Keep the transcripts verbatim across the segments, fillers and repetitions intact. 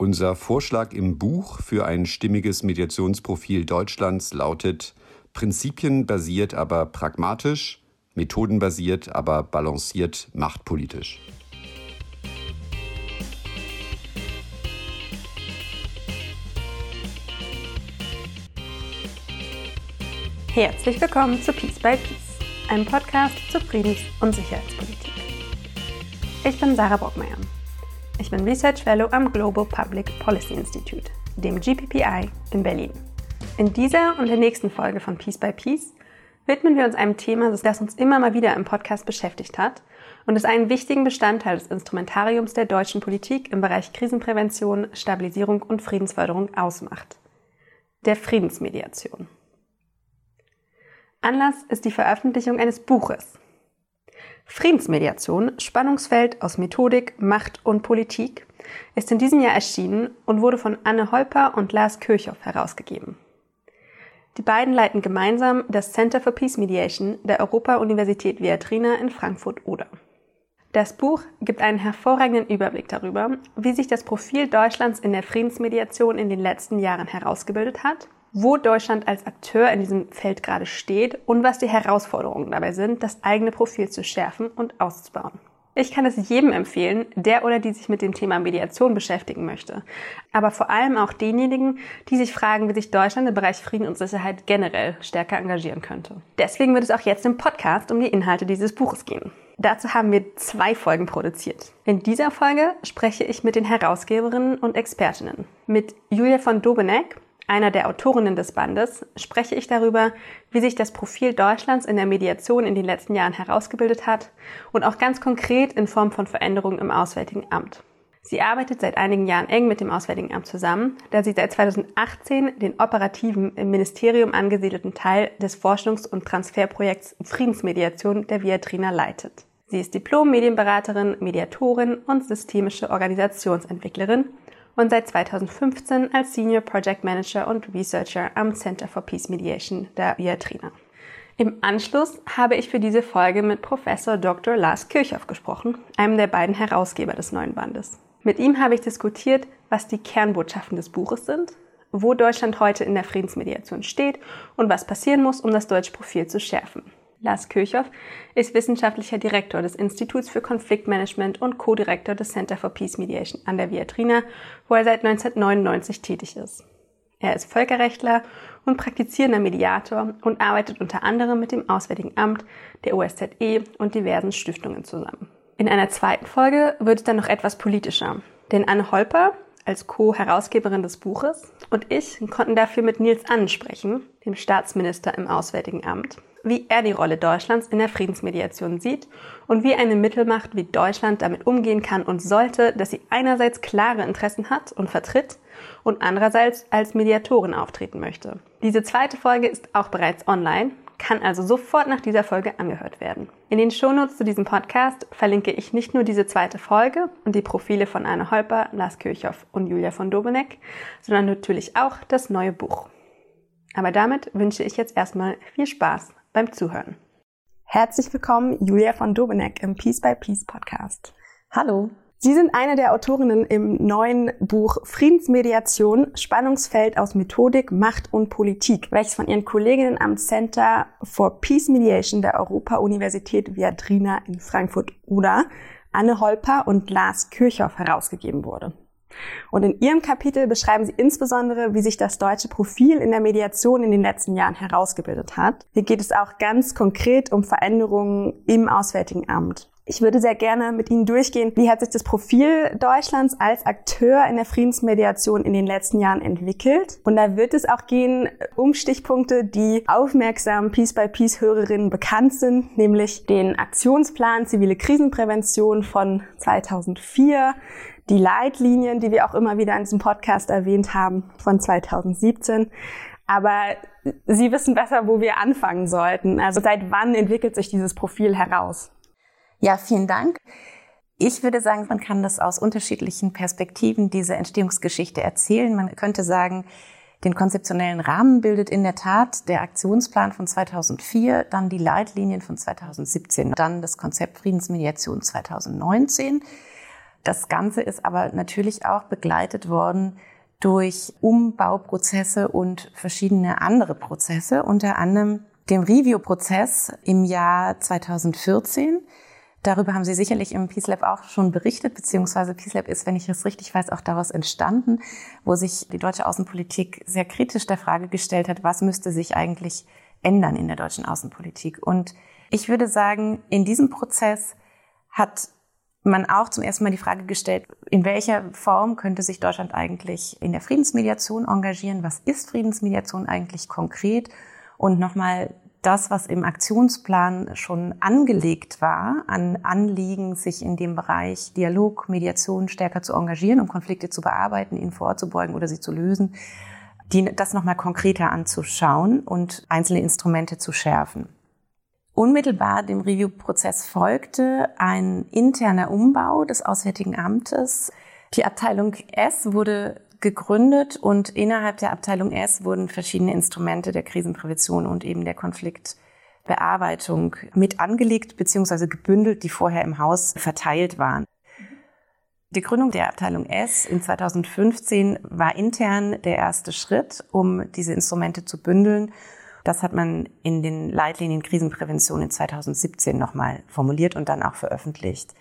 Unser Vorschlag im Buch für ein stimmiges Mediationsprofil Deutschlands lautet: prinzipienbasiert, aber pragmatisch, methodenbasiert, aber balanciert machtpolitisch. Herzlich willkommen zu Piece by Piece, einem Podcast zur Friedens- und Sicherheitspolitik. Ich bin Sarah Brockmeier. Ich bin Research Fellow am Global Public Policy Institute, dem G P P I in Berlin. In dieser und der nächsten Folge von Piece by Piece widmen wir uns einem Thema, das uns immer mal wieder im Podcast beschäftigt hat und es einen wichtigen Bestandteil des Instrumentariums der deutschen Politik im Bereich Krisenprävention, Stabilisierung und Friedensförderung ausmacht: der Friedensmediation. Anlass ist die Veröffentlichung eines Buches. Friedensmediation, Spannungsfeld aus Methodik, Macht und Politik ist in diesem Jahr erschienen und wurde von Anne Holper und Lars Kirchhoff herausgegeben. Die beiden leiten gemeinsam das Center for Peace Mediation der Europa-Universität Viadrina in Frankfurt-Oder. Das Buch gibt einen hervorragenden Überblick darüber, wie sich das Profil Deutschlands in der Friedensmediation in den letzten Jahren herausgebildet hat, wo Deutschland als Akteur in diesem Feld gerade steht und was die Herausforderungen dabei sind, das eigene Profil zu schärfen und auszubauen. Ich kann es jedem empfehlen, der oder die sich mit dem Thema Mediation beschäftigen möchte, aber vor allem auch denjenigen, die sich fragen, wie sich Deutschland im Bereich Frieden und Sicherheit generell stärker engagieren könnte. Deswegen wird es auch jetzt im Podcast um die Inhalte dieses Buches gehen. Dazu haben wir zwei Folgen produziert. In dieser Folge spreche ich mit den Herausgeberinnen und Expertinnen. Mit Julia von Dobeneck, einer der Autorinnen des Bandes, spreche ich darüber, wie sich das Profil Deutschlands in der Mediation in den letzten Jahren herausgebildet hat und auch ganz konkret in Form von Veränderungen im Auswärtigen Amt. Sie arbeitet seit einigen Jahren eng mit dem Auswärtigen Amt zusammen, da sie seit zweitausendachtzehn den operativen, im Ministerium angesiedelten Teil des Forschungs- und Transferprojekts Friedensmediation der Viadrina leitet. Sie ist Diplom-Medienberaterin, Mediatorin und systemische Organisationsentwicklerin und seit zweitausendfünfzehn als Senior Project Manager und Researcher am Center for Peace Mediation der Viadrina. Im Anschluss habe ich für diese Folge mit Professor Doktor Lars Kirchhoff gesprochen, einem der beiden Herausgeber des neuen Bandes. Mit ihm habe ich diskutiert, was die Kernbotschaften des Buches sind, wo Deutschland heute in der Friedensmediation steht und was passieren muss, um das deutsche Profil zu schärfen. Lars Kirchhoff ist wissenschaftlicher Direktor des Instituts für Konfliktmanagement und Co-Direktor des Center for Peace Mediation an der Viadrina, wo er seit neunzehnhundertneunundneunzig tätig ist. Er ist Völkerrechtler und praktizierender Mediator und arbeitet unter anderem mit dem Auswärtigen Amt, der O S Z E und diversen Stiftungen zusammen. In einer zweiten Folge wird es dann noch etwas politischer, denn Anne Holper als Co-Herausgeberin des Buches und ich konnten dafür mit Nils Annen sprechen, dem Staatsminister im Auswärtigen Amt, wie er die Rolle Deutschlands in der Friedensmediation sieht und wie eine Mittelmacht wie Deutschland damit umgehen kann und sollte, dass sie einerseits klare Interessen hat und vertritt und andererseits als Mediatorin auftreten möchte. Diese zweite Folge ist auch bereits online, kann also sofort nach dieser Folge angehört werden. In den Shownotes zu diesem Podcast verlinke ich nicht nur diese zweite Folge und die Profile von Anne Holper, Lars Kirchhoff und Julia von Dobeneck, sondern natürlich auch das neue Buch. Aber damit wünsche ich jetzt erstmal viel Spaß beim Zuhören. Herzlich willkommen, Julia von Dobeneck im Piece by Piece Podcast. Hallo. Sie sind eine der Autorinnen im neuen Buch Friedensmediation, Spannungsfeld aus Methodik, Macht und Politik, welches von ihren Kolleginnen am Center for Peace Mediation der Europa-Universität Viadrina in Frankfurt-Oder, Anne Holper und Lars Kirchhoff, herausgegeben wurde. Und in Ihrem Kapitel beschreiben Sie insbesondere, wie sich das deutsche Profil in der Mediation in den letzten Jahren herausgebildet hat. Hier geht es auch ganz konkret um Veränderungen im Auswärtigen Amt. Ich würde sehr gerne mit Ihnen durchgehen, wie hat sich das Profil Deutschlands als Akteur in der Friedensmediation in den letzten Jahren entwickelt. Und da wird es auch gehen um Stichpunkte, die aufmerksamen Piece-by-Piece-Hörerinnen bekannt sind, nämlich den Aktionsplan Zivile Krisenprävention von zweitausendvier, die Leitlinien, die wir auch immer wieder in diesem Podcast erwähnt haben, von zweitausendsiebzehn. Aber Sie wissen besser, wo wir anfangen sollten. Also seit wann entwickelt sich dieses Profil heraus? Ja, vielen Dank. Ich würde sagen, man kann das aus unterschiedlichen Perspektiven, diese Entstehungsgeschichte erzählen. Man könnte sagen, den konzeptionellen Rahmen bildet in der Tat der Aktionsplan von zweitausendvier, dann die Leitlinien von zweitausendsiebzehn, dann das Konzept Friedensmediation zweitausendneunzehn. Das Ganze ist aber natürlich auch begleitet worden durch Umbauprozesse und verschiedene andere Prozesse, unter anderem den Review-Prozess im Jahr zweitausendvierzehn. Darüber haben Sie sicherlich im Peace Lab auch schon berichtet, beziehungsweise Peace Lab ist, wenn ich es richtig weiß, auch daraus entstanden, wo sich die deutsche Außenpolitik sehr kritisch der Frage gestellt hat, was müsste sich eigentlich ändern in der deutschen Außenpolitik. Und ich würde sagen, in diesem Prozess hat man auch zum ersten Mal die Frage gestellt, in welcher Form könnte sich Deutschland eigentlich in der Friedensmediation engagieren? Was ist Friedensmediation eigentlich konkret? Und nochmal das, was im Aktionsplan schon angelegt war, an Anliegen, sich in dem Bereich Dialog, Mediation stärker zu engagieren, um Konflikte zu bearbeiten, ihnen vorzubeugen oder sie zu lösen, die, das nochmal konkreter anzuschauen und einzelne Instrumente zu schärfen. Unmittelbar dem Review-Prozess folgte ein interner Umbau des Auswärtigen Amtes. Die Abteilung S wurde gegründet und innerhalb der Abteilung S wurden verschiedene Instrumente der Krisenprävention und eben der Konfliktbearbeitung mit angelegt bzw. gebündelt, die vorher im Haus verteilt waren. Die Gründung der Abteilung S in zweitausendfünfzehn war intern der erste Schritt, um diese Instrumente zu bündeln. Das hat man in den Leitlinien Krisenprävention in zweitausendsiebzehn nochmal formuliert und dann auch veröffentlicht.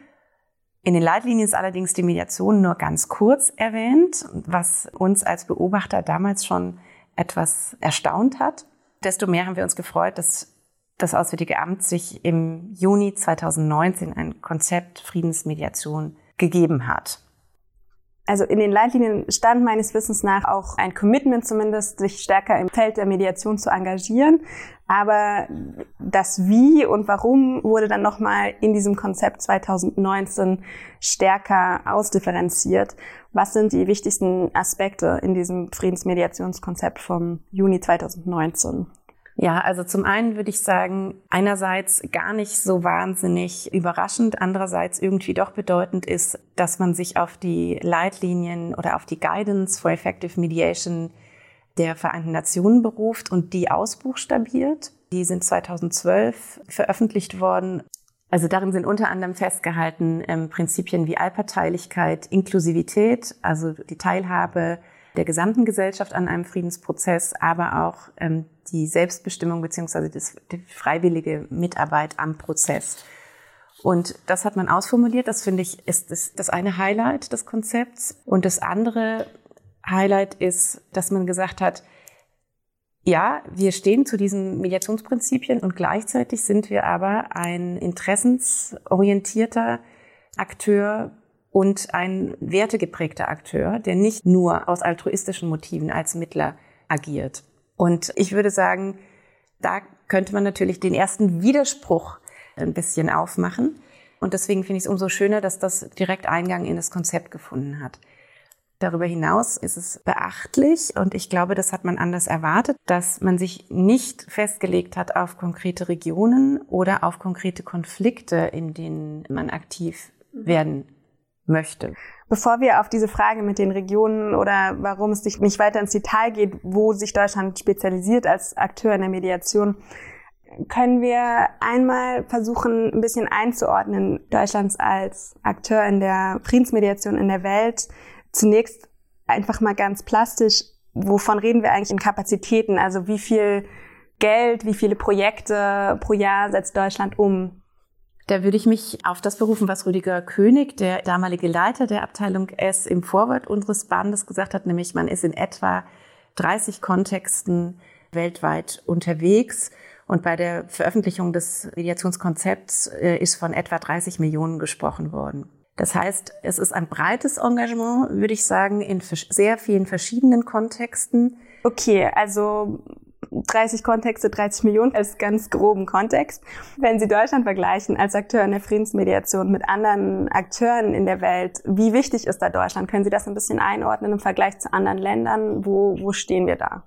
In den Leitlinien ist allerdings die Mediation nur ganz kurz erwähnt, was uns als Beobachter damals schon etwas erstaunt hat. Desto mehr haben wir uns gefreut, dass das Auswärtige Amt sich im Juni zweitausendneunzehn ein Konzept Friedensmediation gegeben hat. Also in den Leitlinien stand meines Wissens nach auch ein Commitment zumindest, sich stärker im Feld der Mediation zu engagieren. Aber das Wie und Warum wurde dann nochmal in diesem Konzept zweitausendneunzehn stärker ausdifferenziert. Was sind die wichtigsten Aspekte in diesem Friedensmediationskonzept vom Juni zweitausendneunzehn? Ja, also zum einen würde ich sagen, einerseits gar nicht so wahnsinnig überraschend, andererseits irgendwie doch bedeutend ist, dass man sich auf die Leitlinien oder auf die Guidance for Effective Mediation der Vereinten Nationen beruft und die ausbuchstabiert. Die sind zweitausendzwölf veröffentlicht worden. Also darin sind unter anderem festgehalten ähm, Prinzipien wie Allparteilichkeit, Inklusivität, also die Teilhabe der gesamten Gesellschaft an einem Friedensprozess, aber auch ähm, die Selbstbestimmung bzw. die freiwillige Mitarbeit am Prozess. Und das hat man ausformuliert. Das finde ich ist das, das eine Highlight des Konzepts. Und das andere Highlight ist, dass man gesagt hat, ja, wir stehen zu diesen Mediationsprinzipien und gleichzeitig sind wir aber ein interessensorientierter Akteur und ein wertegeprägter Akteur, der nicht nur aus altruistischen Motiven als Mittler agiert. Und ich würde sagen, da könnte man natürlich den ersten Widerspruch ein bisschen aufmachen. Und deswegen finde ich es umso schöner, dass das direkt Eingang in das Konzept gefunden hat. Darüber hinaus ist es beachtlich, und ich glaube, das hat man anders erwartet, dass man sich nicht festgelegt hat auf konkrete Regionen oder auf konkrete Konflikte, in denen man aktiv werden möchte. Bevor wir auf diese Frage mit den Regionen oder warum es nicht weiter ins Detail geht, wo sich Deutschland spezialisiert als Akteur in der Mediation, können wir einmal versuchen, ein bisschen einzuordnen, Deutschlands als Akteur in der Friedensmediation in der Welt. Zunächst einfach mal ganz plastisch, wovon reden wir eigentlich in Kapazitäten? Also wie viel Geld, wie viele Projekte pro Jahr setzt Deutschland um? Da würde ich mich auf das berufen, was Rüdiger König, der damalige Leiter der Abteilung S, im Vorwort unseres Bandes gesagt hat, nämlich man ist in etwa dreißig Kontexten weltweit unterwegs. Und bei der Veröffentlichung des Mediationskonzepts ist von etwa dreißig Millionen gesprochen worden. Das heißt, es ist ein breites Engagement, würde ich sagen, in sehr vielen verschiedenen Kontexten. Okay, also dreißig Kontexte, dreißig Millionen als ganz groben Kontext. Wenn Sie Deutschland vergleichen als Akteur in der Friedensmediation mit anderen Akteuren in der Welt, wie wichtig ist da Deutschland? Können Sie das ein bisschen einordnen im Vergleich zu anderen Ländern? Wo, wo stehen wir da?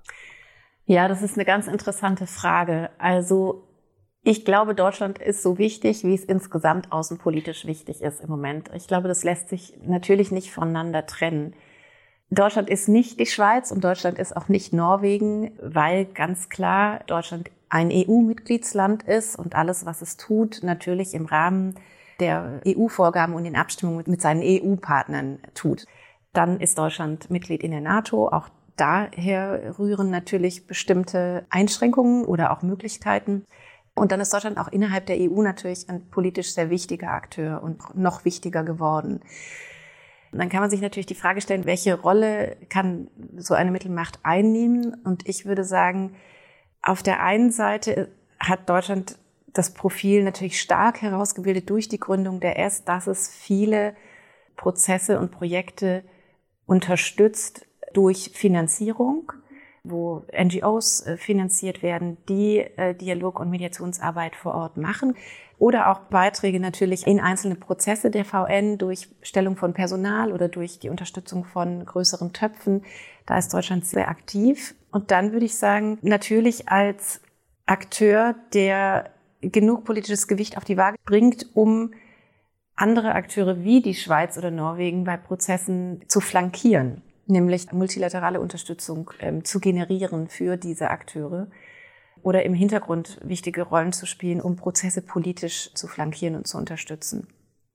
Ja, das ist eine ganz interessante Frage. Also ich glaube, Deutschland ist so wichtig, wie es insgesamt außenpolitisch wichtig ist im Moment. Ich glaube, das lässt sich natürlich nicht voneinander trennen. Deutschland ist nicht die Schweiz und Deutschland ist auch nicht Norwegen, weil ganz klar Deutschland ein E U-Mitgliedsland ist und alles, was es tut, natürlich im Rahmen der E U-Vorgaben und in Abstimmung mit, mit seinen E U-Partnern tut. Dann ist Deutschland Mitglied in der NATO. Auch daher rühren natürlich bestimmte Einschränkungen oder auch Möglichkeiten. Und dann ist Deutschland auch innerhalb der E U natürlich ein politisch sehr wichtiger Akteur und noch wichtiger geworden. Und dann kann man sich natürlich die Frage stellen, welche Rolle kann so eine Mittelmacht einnehmen? Und ich würde sagen, auf der einen Seite hat Deutschland das Profil natürlich stark herausgebildet durch die Gründung der E S, dass es viele Prozesse und Projekte unterstützt durch Finanzierung, wo N G Os finanziert werden, die Dialog- und Mediationsarbeit vor Ort machen. Oder auch Beiträge natürlich in einzelne Prozesse der V N durch Stellung von Personal oder durch die Unterstützung von größeren Töpfen. Da ist Deutschland sehr aktiv. Und dann würde ich sagen, natürlich als Akteur, der genug politisches Gewicht auf die Waage bringt, um andere Akteure wie die Schweiz oder Norwegen bei Prozessen zu flankieren, nämlich multilaterale Unterstützung ähm, zu generieren für diese Akteure oder im Hintergrund wichtige Rollen zu spielen, um Prozesse politisch zu flankieren und zu unterstützen.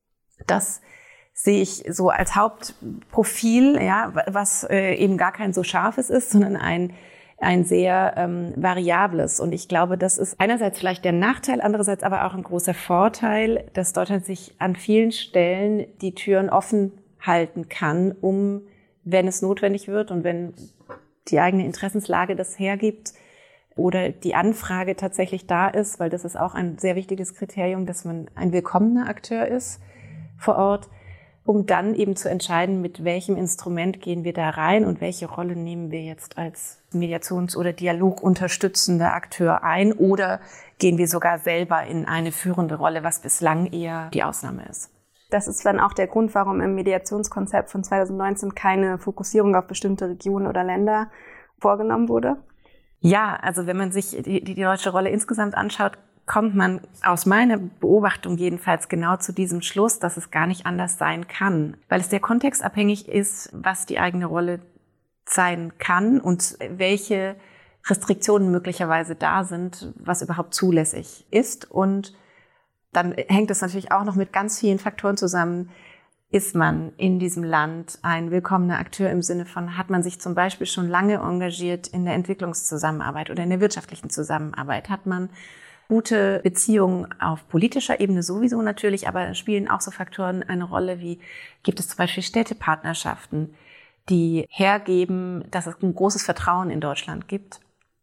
Das sehe ich so als Hauptprofil, ja, was äh, eben gar kein so scharfes ist, sondern ein ein sehr ähm, variables. Und ich glaube, das ist einerseits vielleicht der Nachteil, andererseits aber auch ein großer Vorteil, dass Deutschland sich an vielen Stellen die Türen offen halten kann, um, wenn es notwendig wird und wenn die eigene Interessenslage das hergibt oder die Anfrage tatsächlich da ist, weil das ist auch ein sehr wichtiges Kriterium, dass man ein willkommener Akteur ist vor Ort, um dann eben zu entscheiden, mit welchem Instrument gehen wir da rein und welche Rolle nehmen wir jetzt als Mediations- oder Dialogunterstützender Akteur ein oder gehen wir sogar selber in eine führende Rolle, was bislang eher die Ausnahme ist. Das ist dann auch der Grund, warum im Mediationskonzept von zwanzig neunzehn keine Fokussierung auf bestimmte Regionen oder Länder vorgenommen wurde? Ja, also wenn man sich die, die deutsche Rolle insgesamt anschaut, kommt man aus meiner Beobachtung jedenfalls genau zu diesem Schluss, dass es gar nicht anders sein kann, weil es sehr kontextabhängig ist, was die eigene Rolle sein kann und welche Restriktionen möglicherweise da sind, was überhaupt zulässig ist. Und dann hängt es natürlich auch noch mit ganz vielen Faktoren zusammen. Ist man in diesem Land ein willkommener Akteur im Sinne von, hat man sich zum Beispiel schon lange engagiert in der Entwicklungszusammenarbeit oder in der wirtschaftlichen Zusammenarbeit? Hat man gute Beziehungen auf politischer Ebene sowieso natürlich, aber spielen auch so Faktoren eine Rolle wie, gibt es zum Beispiel Städtepartnerschaften, die hergeben, dass es ein großes Vertrauen in Deutschland gibt,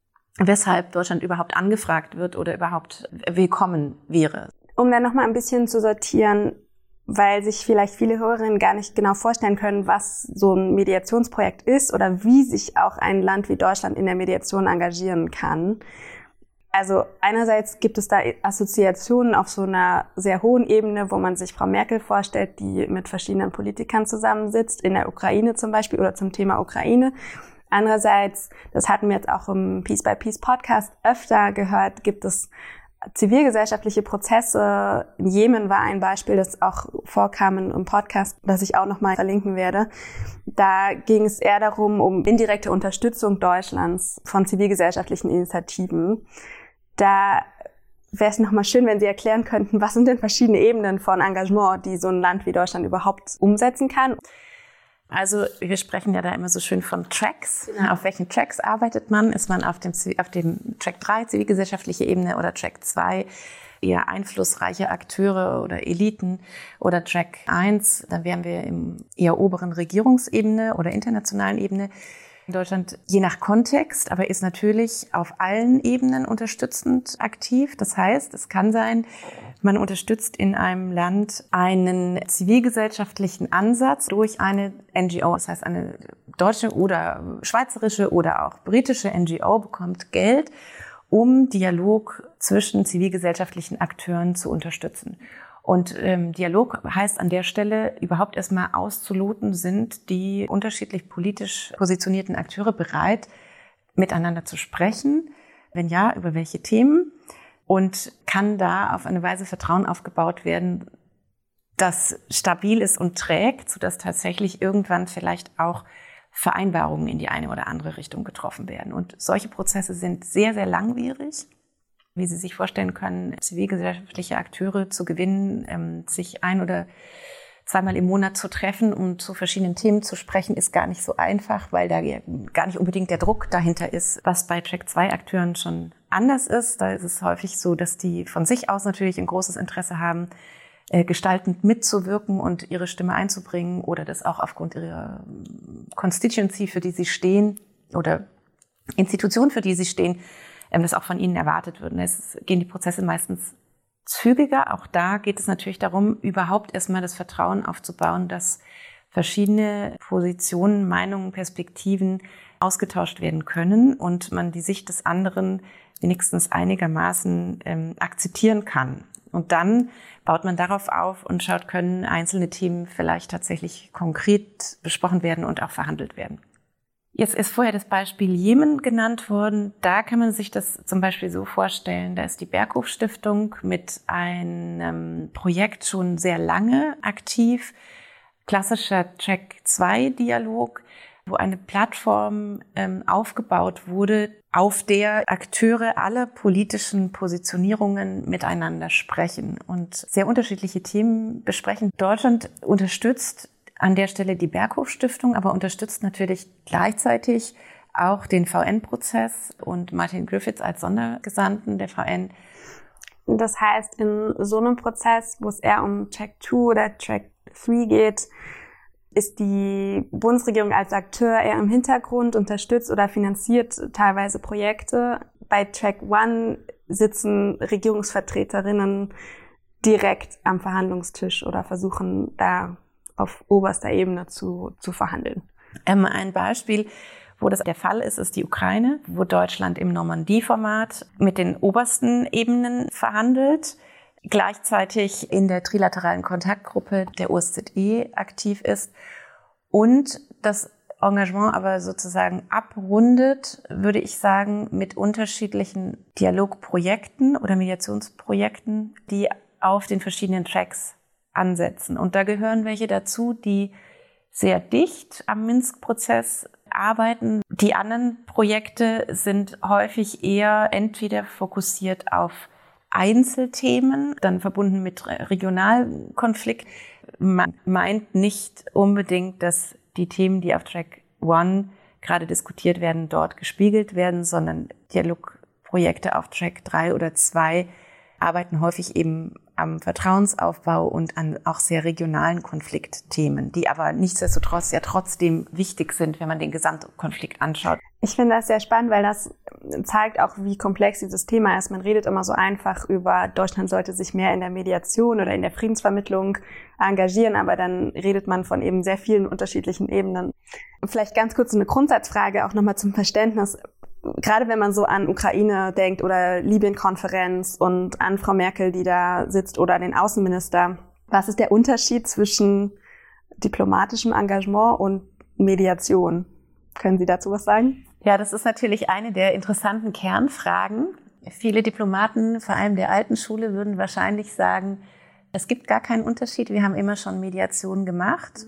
weshalb Deutschland überhaupt angefragt wird oder überhaupt willkommen wäre. Um dann nochmal ein bisschen zu sortieren, weil sich vielleicht viele Hörerinnen gar nicht genau vorstellen können, was so ein Mediationsprojekt ist oder wie sich auch ein Land wie Deutschland in der Mediation engagieren kann. Also einerseits gibt es da Assoziationen auf so einer sehr hohen Ebene, wo man sich Frau Merkel vorstellt, die mit verschiedenen Politikern zusammensitzt, in der Ukraine zum Beispiel oder zum Thema Ukraine. Andererseits, das hatten wir jetzt auch im Piece by Piece Podcast öfter gehört, gibt es zivilgesellschaftliche Prozesse. In Jemen war ein Beispiel, das auch vorkam im Podcast, das ich auch nochmal verlinken werde. Da ging es eher darum, um indirekte Unterstützung Deutschlands von zivilgesellschaftlichen Initiativen. Da wäre es nochmal schön, wenn Sie erklären könnten, was sind denn verschiedene Ebenen von Engagement, die so ein Land wie Deutschland überhaupt umsetzen kann. Also wir sprechen ja da immer so schön von Tracks. Ja. Auf welchen Tracks arbeitet man? Ist man auf dem, auf dem Track drei, zivilgesellschaftliche Ebene, oder Track zwei, eher einflussreiche Akteure oder Eliten, oder Track eins, dann wären wir im eher oberen Regierungsebene oder internationalen Ebene. In Deutschland je nach Kontext, aber ist natürlich auf allen Ebenen unterstützend aktiv. Das heißt, es kann sein, man unterstützt in einem Land einen zivilgesellschaftlichen Ansatz durch eine N G O. Das heißt, eine deutsche oder schweizerische oder auch britische N G O bekommt Geld, um Dialog zwischen zivilgesellschaftlichen Akteuren zu unterstützen. Und ähm, Dialog heißt an der Stelle überhaupt erstmal auszuloten, sind die unterschiedlich politisch positionierten Akteure bereit, miteinander zu sprechen? Wenn ja, über welche Themen? Und kann da auf eine Weise Vertrauen aufgebaut werden, das stabil ist und trägt, sodass tatsächlich irgendwann vielleicht auch Vereinbarungen in die eine oder andere Richtung getroffen werden. Und solche Prozesse sind sehr, sehr langwierig. wie Sie sich vorstellen können, zivilgesellschaftliche Akteure zu gewinnen, ähm, sich ein oder zweimal im Monat zu treffen, um zu verschiedenen Themen zu sprechen, ist gar nicht so einfach, weil da gar nicht unbedingt der Druck dahinter ist, was bei Track zwei Akteuren schon anders ist. Da ist es häufig so, dass die von sich aus natürlich ein großes Interesse haben, äh, gestaltend mitzuwirken und ihre Stimme einzubringen oder das auch aufgrund ihrer Constituency, für die sie stehen, oder Institution, für die sie stehen, ähm, das auch von ihnen erwartet wird. Und es gehen die Prozesse meistens zügiger. Auch da geht es natürlich darum, überhaupt erstmal das Vertrauen aufzubauen, dass verschiedene Positionen, Meinungen, Perspektiven ausgetauscht werden können und man die Sicht des anderen wenigstens einigermaßen ähm, akzeptieren kann. Und dann baut man darauf auf und schaut, können einzelne Themen vielleicht tatsächlich konkret besprochen werden und auch verhandelt werden. Jetzt ist vorher das Beispiel Jemen genannt worden. Da kann man sich das zum Beispiel so vorstellen, da ist die Berghof Stiftung mit einem Projekt schon sehr lange aktiv. Klassischer Track zwei Dialog, wo eine Plattform ähm, aufgebaut wurde, auf der Akteure aller politischen Positionierungen miteinander sprechen und sehr unterschiedliche Themen besprechen. Deutschland unterstützt an der Stelle die Berghof Stiftung, aber unterstützt natürlich gleichzeitig auch den V N-Prozess und Martin Griffiths als Sondergesandten der V N. Das heißt, in so einem Prozess, wo es eher um Track zwei oder Track drei geht, ist die Bundesregierung als Akteur eher im Hintergrund, unterstützt oder finanziert teilweise Projekte. Bei Track eins sitzen Regierungsvertreterinnen direkt am Verhandlungstisch oder versuchen da auf oberster Ebene zu, zu verhandeln. Ähm, ein Beispiel, wo das der Fall ist, ist die Ukraine, wo Deutschland im Normandie-Format mit den obersten Ebenen verhandelt, gleichzeitig in der trilateralen Kontaktgruppe der O S Z E aktiv ist und das Engagement aber sozusagen abrundet, würde ich sagen, mit unterschiedlichen Dialogprojekten oder Mediationsprojekten, die auf den verschiedenen Tracks ansetzen. Und da gehören welche dazu, die sehr dicht am Minsk-Prozess arbeiten. Die anderen Projekte sind häufig eher entweder fokussiert auf Einzelthemen, dann verbunden mit Regionalkonflikt. Man meint nicht unbedingt, dass die Themen, die auf Track eins gerade diskutiert werden, dort gespiegelt werden, sondern Dialogprojekte auf Track drei oder zwei arbeiten häufig eben am Vertrauensaufbau und an auch sehr regionalen Konfliktthemen, die aber nichtsdestotrotz ja trotzdem wichtig sind, wenn man den Gesamtkonflikt anschaut. Ich finde das sehr spannend, weil das zeigt auch, wie komplex dieses Thema ist. Man redet immer so einfach über, Deutschland sollte sich mehr in der Mediation oder in der Friedensvermittlung engagieren, aber dann redet man von eben sehr vielen unterschiedlichen Ebenen. Vielleicht ganz kurz eine Grundsatzfrage auch nochmal zum Verständnis. Gerade wenn man so an Ukraine denkt oder Libyen-Konferenz und an Frau Merkel, die da sitzt, oder an den Außenminister, was ist der Unterschied zwischen diplomatischem Engagement und Mediation? Können Sie dazu was sagen? Ja, das ist natürlich eine der interessanten Kernfragen. Viele Diplomaten, vor allem der alten Schule, würden wahrscheinlich sagen, es gibt gar keinen Unterschied, wir haben immer schon Mediation gemacht.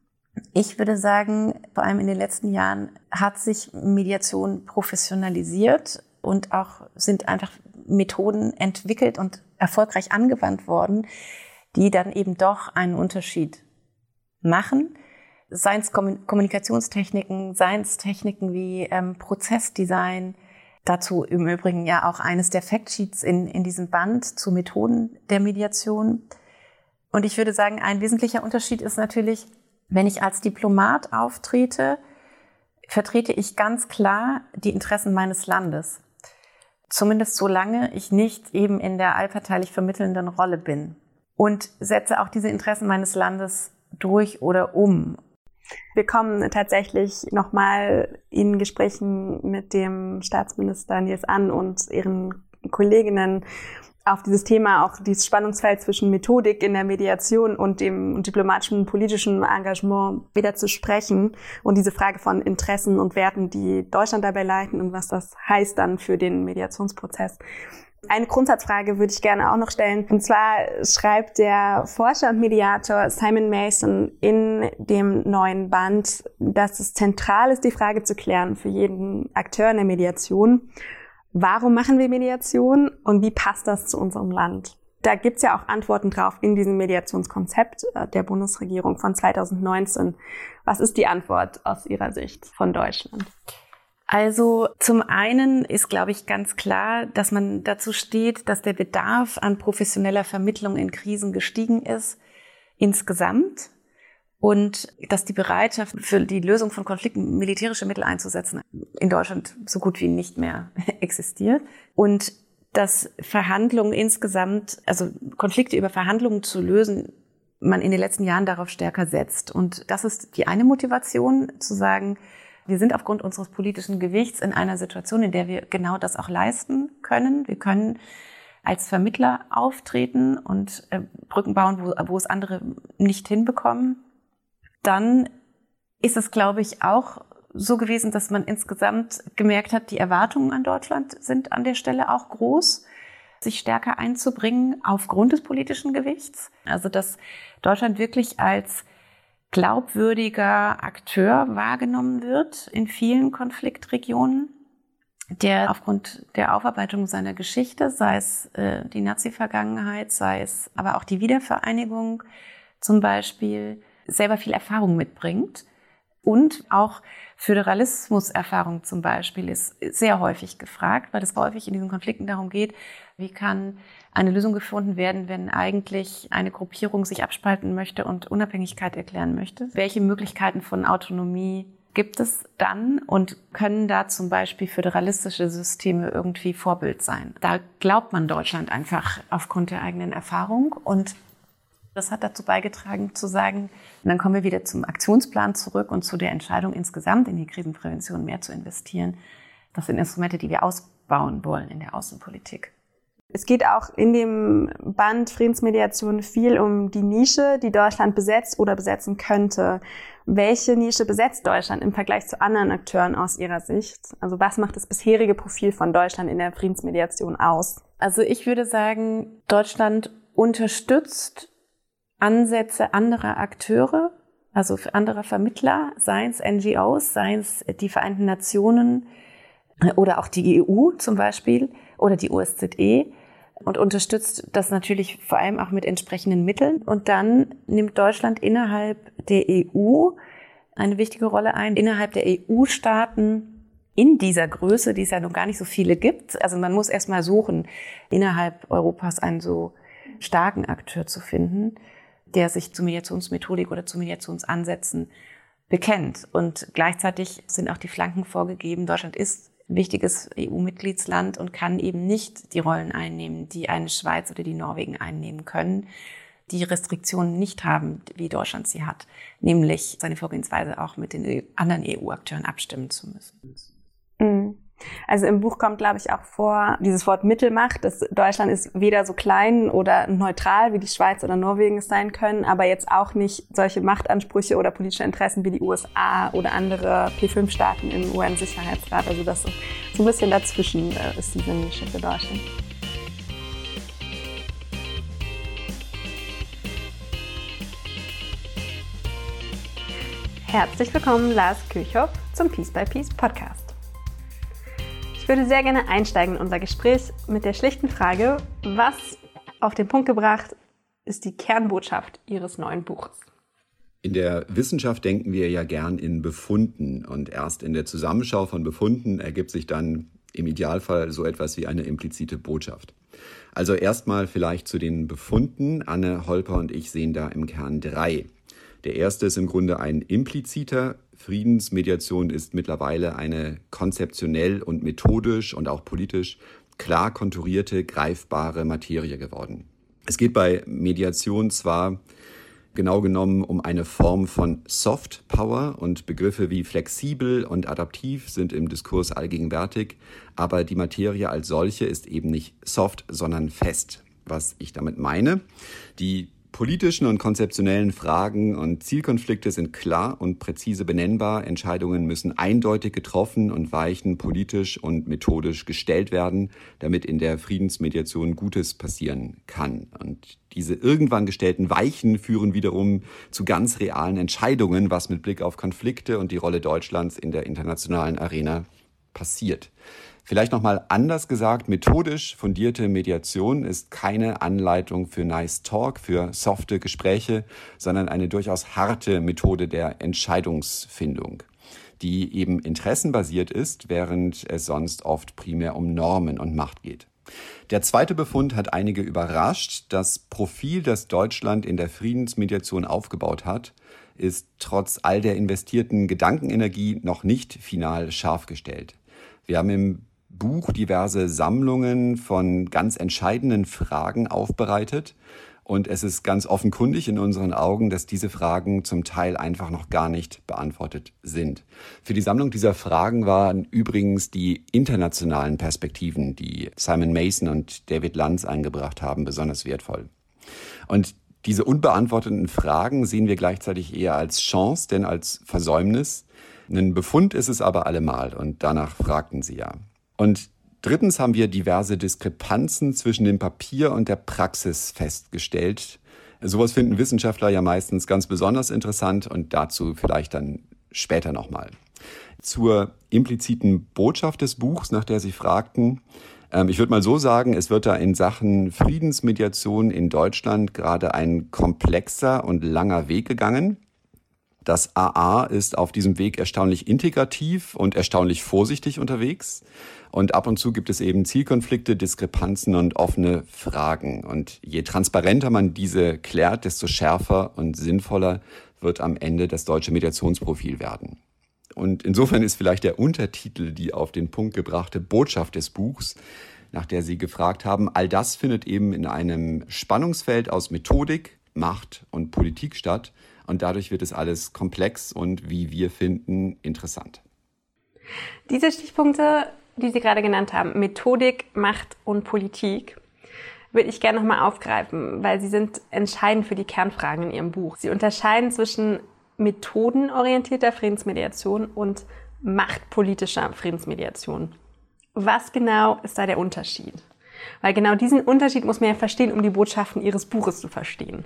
Ich würde sagen, vor allem in den letzten Jahren hat sich Mediation professionalisiert und auch sind einfach Methoden entwickelt und erfolgreich angewandt worden, die dann eben doch einen Unterschied machen. Seien es Kommunikationstechniken, seien es Techniken wie ähm, Prozessdesign. Dazu im Übrigen ja auch eines der Factsheets in, in diesem Band zu Methoden der Mediation. Und ich würde sagen, ein wesentlicher Unterschied ist natürlich, wenn ich als Diplomat auftrete, vertrete ich ganz klar die Interessen meines Landes. Zumindest solange ich nicht eben in der allparteilich vermittelnden Rolle bin. Und setze auch diese Interessen meines Landes durch oder um. Wir kommen tatsächlich nochmal in Gesprächen mit dem Staatsminister Nils An und ihren Kolleginnen auf dieses Thema, auch dieses Spannungsfeld zwischen Methodik in der Mediation und dem diplomatischen, politischen Engagement wieder zu sprechen und diese Frage von Interessen und Werten, die Deutschland dabei leiten und was das heißt dann für den Mediationsprozess. Eine Grundsatzfrage würde ich gerne auch noch stellen. Und zwar schreibt der Forscher und Mediator Simon Mason in dem neuen Band, dass es zentral ist, die Frage zu klären für jeden Akteur in der Mediation, Warum machen wir Mediation und wie passt das zu unserem Land? Da gibt's ja auch Antworten drauf in diesem Mediationskonzept der Bundesregierung von zweitausendneunzehn. Was ist die Antwort aus Ihrer Sicht von Deutschland? Also zum einen ist, glaube ich, ganz klar, dass man dazu steht, dass der Bedarf an professioneller Vermittlung in Krisen gestiegen ist, insgesamt. Und dass die Bereitschaft für die Lösung von Konflikten militärische Mittel einzusetzen in Deutschland so gut wie nicht mehr existiert. Und dass Verhandlungen insgesamt, also Konflikte über Verhandlungen zu lösen, man in den letzten Jahren darauf stärker setzt. Und das ist die eine Motivation, zu sagen, wir sind aufgrund unseres politischen Gewichts in einer Situation, in der wir genau das auch leisten können. Wir können als Vermittler auftreten und Brücken bauen, wo, wo es andere nicht hinbekommen. Dann ist es, glaube ich, auch so gewesen, dass man insgesamt gemerkt hat, die Erwartungen an Deutschland sind an der Stelle auch groß, sich stärker einzubringen aufgrund des politischen Gewichts. Also dass Deutschland wirklich als glaubwürdiger Akteur wahrgenommen wird in vielen Konfliktregionen, der aufgrund der Aufarbeitung seiner Geschichte, sei es äh, die Nazi-Vergangenheit, sei es aber auch die Wiedervereinigung zum Beispiel, selber viel Erfahrung mitbringt. Und auch Föderalismus-Erfahrung zum Beispiel ist sehr häufig gefragt, weil es häufig in diesen Konflikten darum geht, wie kann eine Lösung gefunden werden, wenn eigentlich eine Gruppierung sich abspalten möchte und Unabhängigkeit erklären möchte. Welche Möglichkeiten von Autonomie gibt es dann und können da zum Beispiel föderalistische Systeme irgendwie Vorbild sein? Da glaubt man Deutschland einfach aufgrund der eigenen Erfahrung und das hat dazu beigetragen zu sagen, und dann kommen wir wieder zum Aktionsplan zurück und zu der Entscheidung insgesamt in die Krisenprävention mehr zu investieren. Das sind Instrumente, die wir ausbauen wollen in der Außenpolitik. Es geht auch in dem Band Friedensmediation viel um die Nische, die Deutschland besetzt oder besetzen könnte. Welche Nische besetzt Deutschland im Vergleich zu anderen Akteuren aus Ihrer Sicht? Also was macht das bisherige Profil von Deutschland in der Friedensmediation aus? Also ich würde sagen, Deutschland unterstützt Ansätze anderer Akteure, also anderer Vermittler, seien es N G Os, seien es die Vereinten Nationen oder auch die E U zum Beispiel oder die O S Z E und unterstützt das natürlich vor allem auch mit entsprechenden Mitteln. Und dann nimmt Deutschland innerhalb der E U eine wichtige Rolle ein, innerhalb der E U-Staaten in dieser Größe, die es ja noch gar nicht so viele gibt. Also man muss erst mal suchen, innerhalb Europas einen so starken Akteur zu finden, der sich zur Mediationsmethodik oder zu Mediationsansätzen bekennt. Und gleichzeitig sind auch die Flanken vorgegeben. Deutschland ist ein wichtiges E U-Mitgliedsland und kann eben nicht die Rollen einnehmen, die eine Schweiz oder die Norwegen einnehmen können, die Restriktionen nicht haben, wie Deutschland sie hat, nämlich seine Vorgehensweise auch mit den anderen E U-Akteuren abstimmen zu müssen. Mhm. Also im Buch kommt, glaube ich, auch vor, dieses Wort Mittelmacht, dass Deutschland ist weder so klein oder neutral, wie die Schweiz oder Norwegen es sein können, aber jetzt auch nicht solche Machtansprüche oder politische Interessen wie die U S A oder andere P fünf Staaten im U N-Sicherheitsrat. Also das ist so ein bisschen dazwischen ist diese Nische für Deutschland. Herzlich willkommen, Lars Kirchhoff, zum Piece by Piece Podcast. Ich würde sehr gerne einsteigen in unser Gespräch mit der schlichten Frage, was auf den Punkt gebracht ist die Kernbotschaft Ihres neuen Buches? In der Wissenschaft denken wir ja gern in Befunden und erst in der Zusammenschau von Befunden ergibt sich dann im Idealfall so etwas wie eine implizite Botschaft. Also erstmal vielleicht zu den Befunden. Anne Holper und ich sehen da im Kern drei. Der erste ist im Grunde ein impliziter. Friedensmediation ist mittlerweile eine konzeptionell und methodisch und auch politisch klar konturierte, greifbare Materie geworden. Es geht bei Mediation zwar genau genommen um eine Form von Soft Power und Begriffe wie flexibel und adaptiv sind im Diskurs allgegenwärtig, aber die Materie als solche ist eben nicht soft, sondern fest. Was ich damit meine, die politischen und konzeptionellen Fragen und Zielkonflikte sind klar und präzise benennbar. Entscheidungen müssen eindeutig getroffen und weichen politisch und methodisch gestellt werden, damit in der Friedensmediation Gutes passieren kann. Und diese irgendwann gestellten Weichen führen wiederum zu ganz realen Entscheidungen, was mit Blick auf Konflikte und die Rolle Deutschlands in der internationalen Arena passiert. Vielleicht nochmal anders gesagt, methodisch fundierte Mediation ist keine Anleitung für Nice Talk, für softe Gespräche, sondern eine durchaus harte Methode der Entscheidungsfindung, die eben interessenbasiert ist, während es sonst oft primär um Normen und Macht geht. Der zweite Befund hat einige überrascht. Das Profil, das Deutschland in der Friedensmediation aufgebaut hat, ist trotz all der investierten Gedankenenergie noch nicht final scharf gestellt. Wir haben im Buch diverse Sammlungen von ganz entscheidenden Fragen aufbereitet. Und es ist ganz offenkundig in unseren Augen, dass diese Fragen zum Teil einfach noch gar nicht beantwortet sind. Für die Sammlung dieser Fragen waren übrigens die internationalen Perspektiven, die Simon Mason und David Lanz eingebracht haben, besonders wertvoll. Und diese unbeantworteten Fragen sehen wir gleichzeitig eher als Chance, denn als Versäumnis. Ein Befund ist es aber allemal und danach fragten sie ja. Und drittens haben wir diverse Diskrepanzen zwischen dem Papier und der Praxis festgestellt. Sowas finden Wissenschaftler ja meistens ganz besonders interessant und dazu vielleicht dann später nochmal. Zur impliziten Botschaft des Buchs, nach der Sie fragten. Ich würde mal so sagen, es wird da in Sachen Friedensmediation in Deutschland gerade ein komplexer und langer Weg gegangen. Das A A ist auf diesem Weg erstaunlich integrativ und erstaunlich vorsichtig unterwegs. Und ab und zu gibt es eben Zielkonflikte, Diskrepanzen und offene Fragen. Und je transparenter man diese klärt, desto schärfer und sinnvoller wird am Ende das deutsche Mediationsprofil werden. Und insofern ist vielleicht der Untertitel die auf den Punkt gebrachte Botschaft des Buchs, nach der Sie gefragt haben, all das findet eben in einem Spannungsfeld aus Methodik, Macht und Politik statt. Und dadurch wird es alles komplex und, wie wir finden, interessant. Diese Stichpunkte, die Sie gerade genannt haben, Methodik, Macht und Politik, würde ich gerne nochmal aufgreifen, weil sie sind entscheidend für die Kernfragen in Ihrem Buch. Sie unterscheiden zwischen methodenorientierter Friedensmediation und machtpolitischer Friedensmediation. Was genau ist da der Unterschied? Weil genau diesen Unterschied muss man ja verstehen, um die Botschaften Ihres Buches zu verstehen.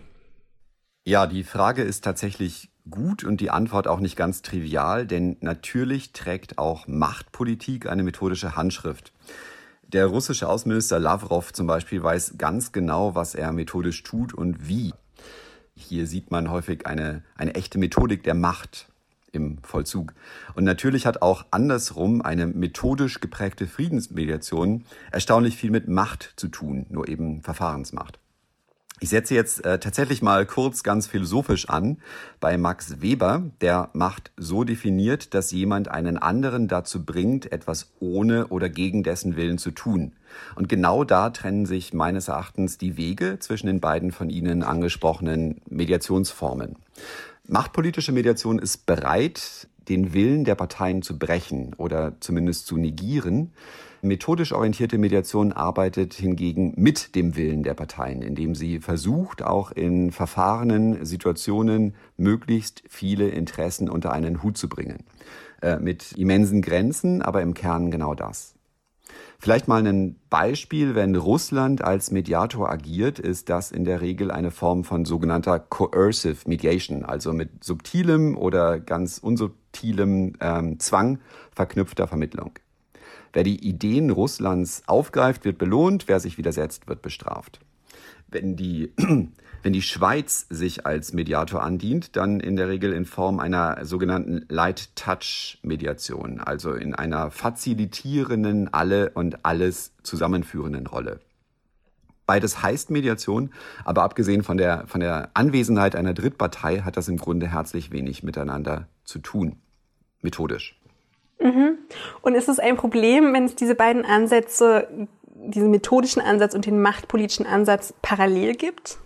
Ja, die Frage ist tatsächlich gut und die Antwort auch nicht ganz trivial, denn natürlich trägt auch Machtpolitik eine methodische Handschrift. Der russische Außenminister Lavrov zum Beispiel weiß ganz genau, was er methodisch tut und wie. Hier sieht man häufig eine, eine echte Methodik der Macht im Vollzug. Und natürlich hat auch andersrum eine methodisch geprägte Friedensmediation erstaunlich viel mit Macht zu tun, nur eben Verfahrensmacht. Ich setze jetzt äh, tatsächlich mal kurz ganz philosophisch an bei Max Weber, der Macht so definiert, dass jemand einen anderen dazu bringt, etwas ohne oder gegen dessen Willen zu tun. Und genau da trennen sich meines Erachtens die Wege zwischen den beiden von Ihnen angesprochenen Mediationsformen. Machtpolitische Mediation ist bereit, den Willen der Parteien zu brechen oder zumindest zu negieren. Methodisch orientierte Mediation arbeitet hingegen mit dem Willen der Parteien, indem sie versucht, auch in verfahrenen Situationen möglichst viele Interessen unter einen Hut zu bringen. Äh, mit immensen Grenzen, aber im Kern genau das. Vielleicht mal ein Beispiel, wenn Russland als Mediator agiert, ist das in der Regel eine Form von sogenannter Coercive Mediation, also mit subtilem oder ganz unsubtilem ähm, Zwang verknüpfter Vermittlung. Wer die Ideen Russlands aufgreift, wird belohnt, wer sich widersetzt, wird bestraft. Wenn die, wenn die Schweiz sich als Mediator andient, dann in der Regel in Form einer sogenannten Light-Touch-Mediation, also in einer fazilitierenden, alle und alles zusammenführenden Rolle. Beides heißt Mediation, aber abgesehen von der, von der Anwesenheit einer Drittpartei hat das im Grunde herzlich wenig miteinander zu tun, methodisch. Mhm. Und ist es ein Problem, wenn es diese beiden Ansätze, diesen methodischen Ansatz und den machtpolitischen Ansatz parallel gibt?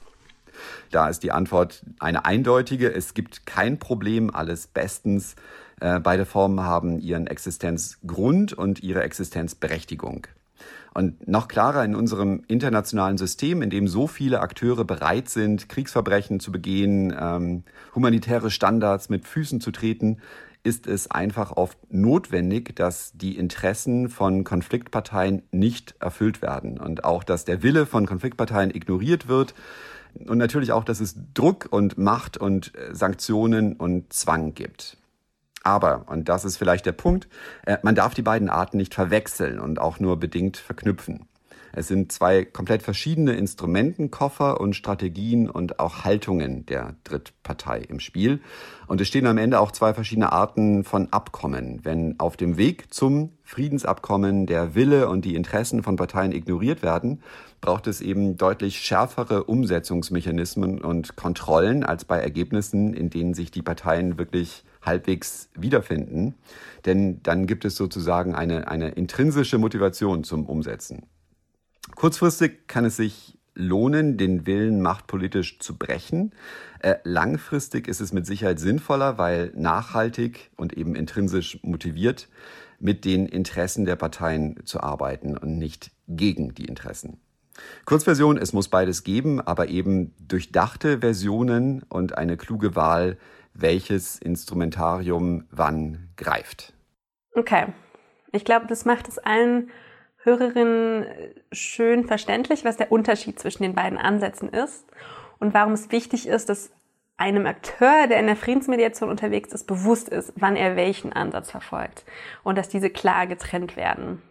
Da ist die Antwort eine eindeutige. Es gibt kein Problem, alles bestens. Äh, beide Formen haben ihren Existenzgrund und ihre Existenzberechtigung. Und noch klarer in unserem internationalen System, in dem so viele Akteure bereit sind, Kriegsverbrechen zu begehen, ähm, humanitäre Standards mit Füßen zu treten, ist es einfach oft notwendig, dass die Interessen von Konfliktparteien nicht erfüllt werden und auch, dass der Wille von Konfliktparteien ignoriert wird und natürlich auch, dass es Druck und Macht und Sanktionen und Zwang gibt. Aber, und das ist vielleicht der Punkt, man darf die beiden Arten nicht verwechseln und auch nur bedingt verknüpfen. Es sind zwei komplett verschiedene Instrumentenkoffer und Strategien und auch Haltungen der Drittpartei im Spiel. Und es stehen am Ende auch zwei verschiedene Arten von Abkommen. Wenn auf dem Weg zum Friedensabkommen der Wille und die Interessen von Parteien ignoriert werden, braucht es eben deutlich schärfere Umsetzungsmechanismen und Kontrollen als bei Ergebnissen, in denen sich die Parteien wirklich halbwegs wiederfinden. Denn dann gibt es sozusagen eine, eine intrinsische Motivation zum Umsetzen. Kurzfristig kann es sich lohnen, den Willen machtpolitisch zu brechen. Äh, langfristig ist es mit Sicherheit sinnvoller, weil nachhaltig und eben intrinsisch motiviert mit den Interessen der Parteien zu arbeiten und nicht gegen die Interessen. Kurzversion, es muss beides geben, aber eben durchdachte Versionen und eine kluge Wahl, welches Instrumentarium wann greift. Okay, ich glaube, das macht es allen Hörerinnen schön verständlich, was der Unterschied zwischen den beiden Ansätzen ist und warum es wichtig ist, dass einem Akteur, der in der Friedensmediation unterwegs ist, bewusst ist, wann er welchen Ansatz verfolgt und dass diese klar getrennt werden.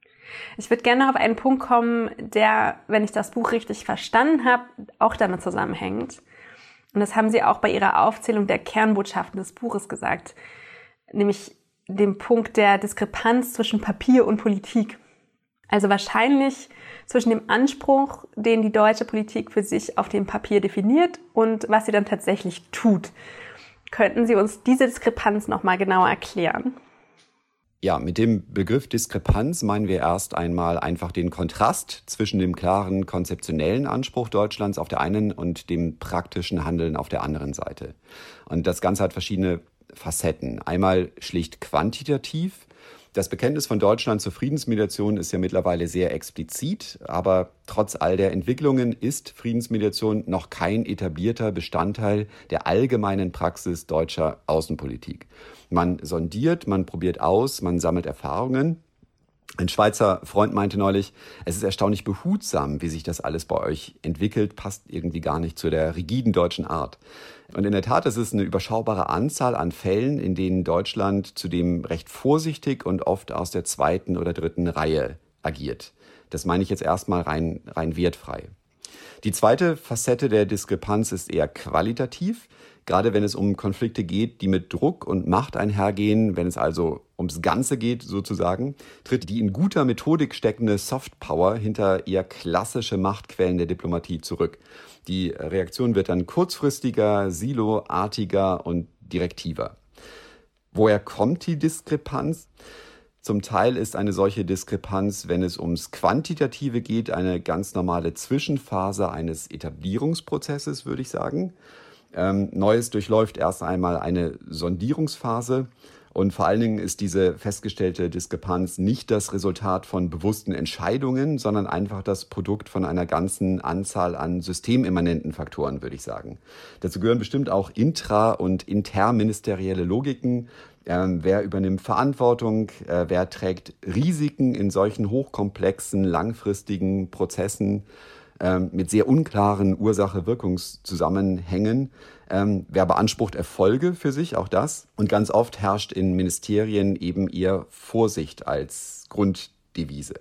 Ich würde gerne noch auf einen Punkt kommen, der, wenn ich das Buch richtig verstanden habe, auch damit zusammenhängt. Und das haben Sie auch bei Ihrer Aufzählung der Kernbotschaften des Buches gesagt, nämlich dem Punkt der Diskrepanz zwischen Papier und Politik. Also wahrscheinlich zwischen dem Anspruch, den die deutsche Politik für sich auf dem Papier definiert und was sie dann tatsächlich tut. Könnten Sie uns diese Diskrepanz noch mal genauer erklären? Ja, mit dem Begriff Diskrepanz meinen wir erst einmal einfach den Kontrast zwischen dem klaren konzeptionellen Anspruch Deutschlands auf der einen und dem praktischen Handeln auf der anderen Seite. Und das Ganze hat verschiedene Facetten. Einmal schlicht quantitativ. Das Bekenntnis von Deutschland zur Friedensmediation ist ja mittlerweile sehr explizit, aber trotz all der Entwicklungen ist Friedensmediation noch kein etablierter Bestandteil der allgemeinen Praxis deutscher Außenpolitik. Man sondiert, man probiert aus, man sammelt Erfahrungen. Ein Schweizer Freund meinte neulich, es ist erstaunlich behutsam, wie sich das alles bei euch entwickelt, passt irgendwie gar nicht zu der rigiden deutschen Art. Und in der Tat ist es eine überschaubare Anzahl an Fällen, in denen Deutschland zudem recht vorsichtig und oft aus der zweiten oder dritten Reihe agiert. Das meine ich jetzt erstmal rein, rein wertfrei. Die zweite Facette der Diskrepanz ist eher qualitativ. Gerade wenn es um Konflikte geht, die mit Druck und Macht einhergehen, wenn es also ums Ganze geht sozusagen, tritt die in guter Methodik steckende Softpower hinter eher klassische Machtquellen der Diplomatie zurück. Die Reaktion wird dann kurzfristiger, siloartiger und direktiver. Woher kommt die Diskrepanz? Zum Teil ist eine solche Diskrepanz, wenn es ums Quantitative geht, eine ganz normale Zwischenphase eines Etablierungsprozesses, würde ich sagen. Ähm, Neues durchläuft erst einmal eine Sondierungsphase und vor allen Dingen ist diese festgestellte Diskrepanz nicht das Resultat von bewussten Entscheidungen, sondern einfach das Produkt von einer ganzen Anzahl an systemimmanenten Faktoren, würde ich sagen. Dazu gehören bestimmt auch intra- und interministerielle Logiken. Ähm, wer übernimmt Verantwortung? Äh, wer trägt Risiken in solchen hochkomplexen, langfristigen Prozessen? Ähm, mit sehr unklaren Ursache-Wirkungszusammenhängen. Ähm, wer beansprucht Erfolge für sich, auch das. Und ganz oft herrscht in Ministerien eben eher Vorsicht als Grunddevise.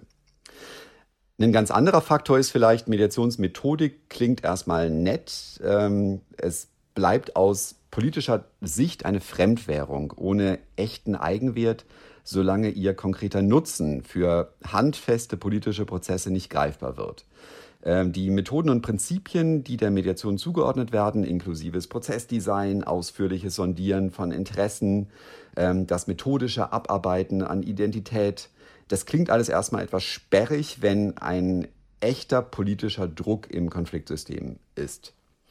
Ein ganz anderer Faktor ist vielleicht, Mediationsmethodik klingt erstmal nett. Ähm, es bleibt aus politischer Sicht eine Fremdwährung ohne echten Eigenwert, solange ihr konkreter Nutzen für handfeste politische Prozesse nicht greifbar wird. Die Methoden und Prinzipien, die der Mediation zugeordnet werden, inklusives Prozessdesign, ausführliches Sondieren von Interessen, das methodische Abarbeiten an Identität, das klingt alles erstmal etwas sperrig, wenn ein echter politischer Druck im Konfliktsystem ist.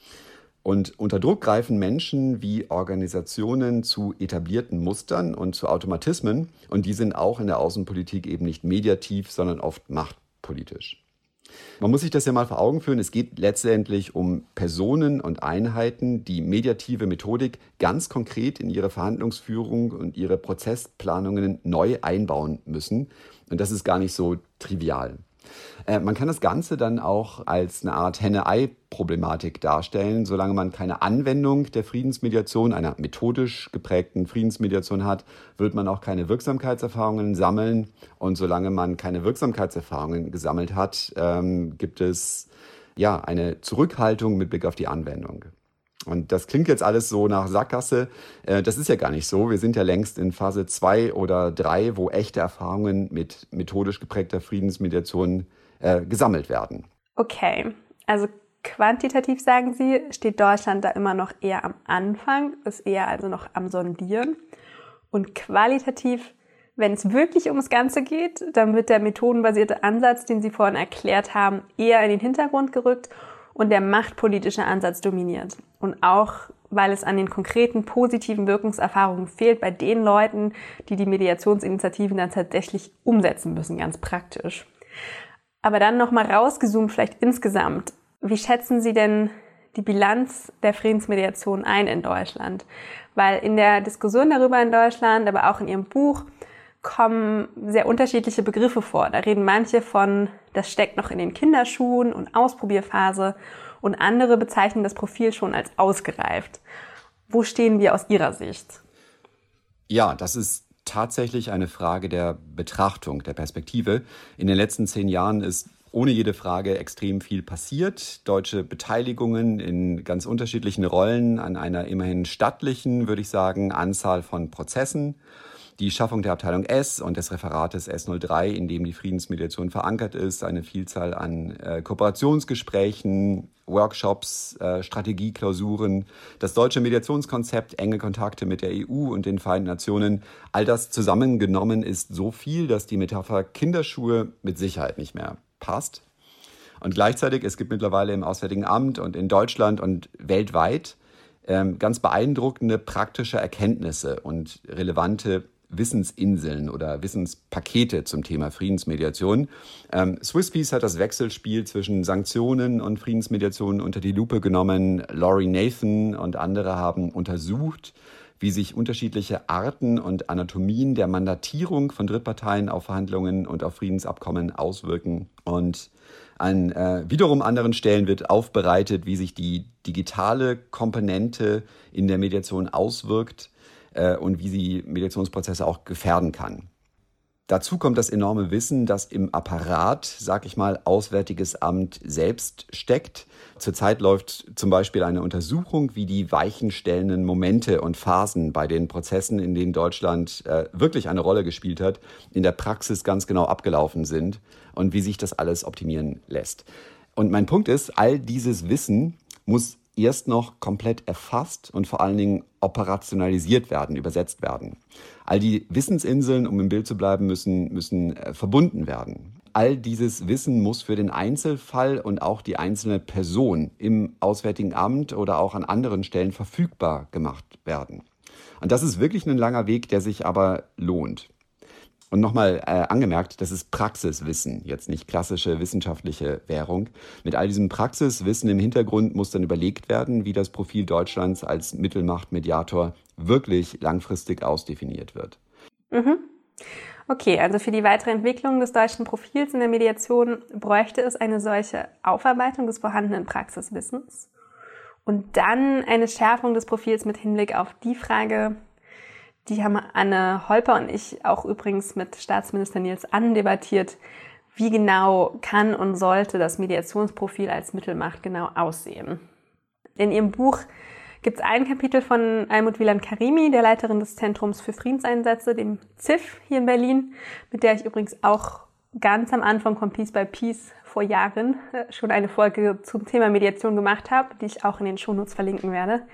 Und unter Druck greifen Menschen wie Organisationen zu etablierten Mustern und zu Automatismen, und die sind auch in der Außenpolitik eben nicht mediativ, sondern oft machtpolitisch. Man muss sich das ja mal vor Augen führen, es geht letztendlich um Personen und Einheiten, die mediative Methodik ganz konkret in ihre Verhandlungsführung und ihre Prozessplanungen neu einbauen müssen. Und das ist gar nicht so trivial. Äh, man kann das Ganze dann auch als eine Art Henne-Ei-Problematik darstellen. Solange man keine Anwendung der Friedensmediation, einer methodisch geprägten Friedensmediation hat, wird man auch keine Wirksamkeitserfahrungen sammeln. Und solange man keine Wirksamkeitserfahrungen gesammelt hat, ähm, gibt es ja eine Zurückhaltung mit Blick auf die Anwendung. Und das klingt jetzt alles so nach Sackgasse. Das ist ja gar nicht so. Wir sind ja längst in Phase zwei oder drei, wo echte Erfahrungen mit methodisch geprägter Friedensmediation äh, gesammelt werden. Okay, also quantitativ, sagen Sie, steht Deutschland da immer noch eher am Anfang, ist eher also noch am Sondieren. Und qualitativ, wenn es wirklich ums Ganze geht, dann wird der methodenbasierte Ansatz, den Sie vorhin erklärt haben, eher in den Hintergrund gerückt und der machtpolitische Ansatz dominiert. Und auch, weil es an den konkreten positiven Wirkungserfahrungen fehlt bei den Leuten, die die Mediationsinitiativen dann tatsächlich umsetzen müssen, ganz praktisch. Aber dann nochmal rausgezoomt, vielleicht insgesamt. Wie schätzen Sie denn die Bilanz der Friedensmediation ein in Deutschland? Weil in der Diskussion darüber in Deutschland, aber auch in Ihrem Buch, kommen sehr unterschiedliche Begriffe vor. Da reden manche von, das steckt noch in den Kinderschuhen und Ausprobierphase, und andere bezeichnen das Profil schon als ausgereift. Wo stehen wir aus Ihrer Sicht? Ja, das ist tatsächlich eine Frage der Betrachtung, der Perspektive. In den letzten zehn Jahren ist ohne jede Frage extrem viel passiert. Deutsche Beteiligungen in ganz unterschiedlichen Rollen an einer immerhin stattlichen, würde ich sagen, Anzahl von Prozessen. Die Schaffung der Abteilung S und des Referates S null drei, in dem die Friedensmediation verankert ist, eine Vielzahl an äh, Kooperationsgesprächen, Workshops, äh, Strategieklausuren, das deutsche Mediationskonzept, enge Kontakte mit der E U und den Vereinten Nationen. All das zusammengenommen ist so viel, dass die Metapher Kinderschuhe mit Sicherheit nicht mehr passt. Und gleichzeitig, es gibt mittlerweile im Auswärtigen Amt und in Deutschland und weltweit ähm, ganz beeindruckende praktische Erkenntnisse und relevante Wissensinseln oder Wissenspakete zum Thema Friedensmediation. Ähm, Swisspeace hat das Wechselspiel zwischen Sanktionen und Friedensmediation unter die Lupe genommen. Laurie Nathan und andere haben untersucht, wie sich unterschiedliche Arten und Anatomien der Mandatierung von Drittparteien auf Verhandlungen und auf Friedensabkommen auswirken. Und an äh, wiederum anderen Stellen wird aufbereitet, wie sich die digitale Komponente in der Mediation auswirkt und wie sie Mediationsprozesse auch gefährden kann. Dazu kommt das enorme Wissen, das im Apparat, sag ich mal, Auswärtiges Amt selbst steckt. Zurzeit läuft zum Beispiel eine Untersuchung, wie die weichenstellenden Momente und Phasen bei den Prozessen, in denen Deutschland äh, wirklich eine Rolle gespielt hat, in der Praxis ganz genau abgelaufen sind und wie sich das alles optimieren lässt. Und mein Punkt ist, all dieses Wissen muss erst noch komplett erfasst und vor allen Dingen operationalisiert werden, übersetzt werden. All die Wissensinseln, um im Bild zu bleiben, müssen, müssen äh, verbunden werden. All dieses Wissen muss für den Einzelfall und auch die einzelne Person im Auswärtigen Amt oder auch an anderen Stellen verfügbar gemacht werden. Und das ist wirklich ein langer Weg, der sich aber lohnt. Und nochmal äh, angemerkt, das ist Praxiswissen, jetzt nicht klassische wissenschaftliche Währung. Mit all diesem Praxiswissen im Hintergrund muss dann überlegt werden, wie das Profil Deutschlands als Mittelmachtmediator wirklich langfristig ausdefiniert wird. Mhm. Okay, also für die weitere Entwicklung des deutschen Profils in der Mediation bräuchte es eine solche Aufarbeitung des vorhandenen Praxiswissens und dann eine Schärfung des Profils mit Hinblick auf die Frage, die haben Anne Holper und ich auch übrigens mit Staatsminister Nils Annen debattiert. Wie genau kann und sollte das Mediationsprofil als Mittelmacht genau aussehen? In ihrem Buch gibt es ein Kapitel von Almut Wieland-Karimi, der Leiterin des Zentrums für Friedenseinsätze, dem Z I F hier in Berlin, mit der ich übrigens auch ganz am Anfang von Peace by Peace vor Jahren schon eine Folge zum Thema Mediation gemacht habe, die ich auch in den Shownotes verlinken werde.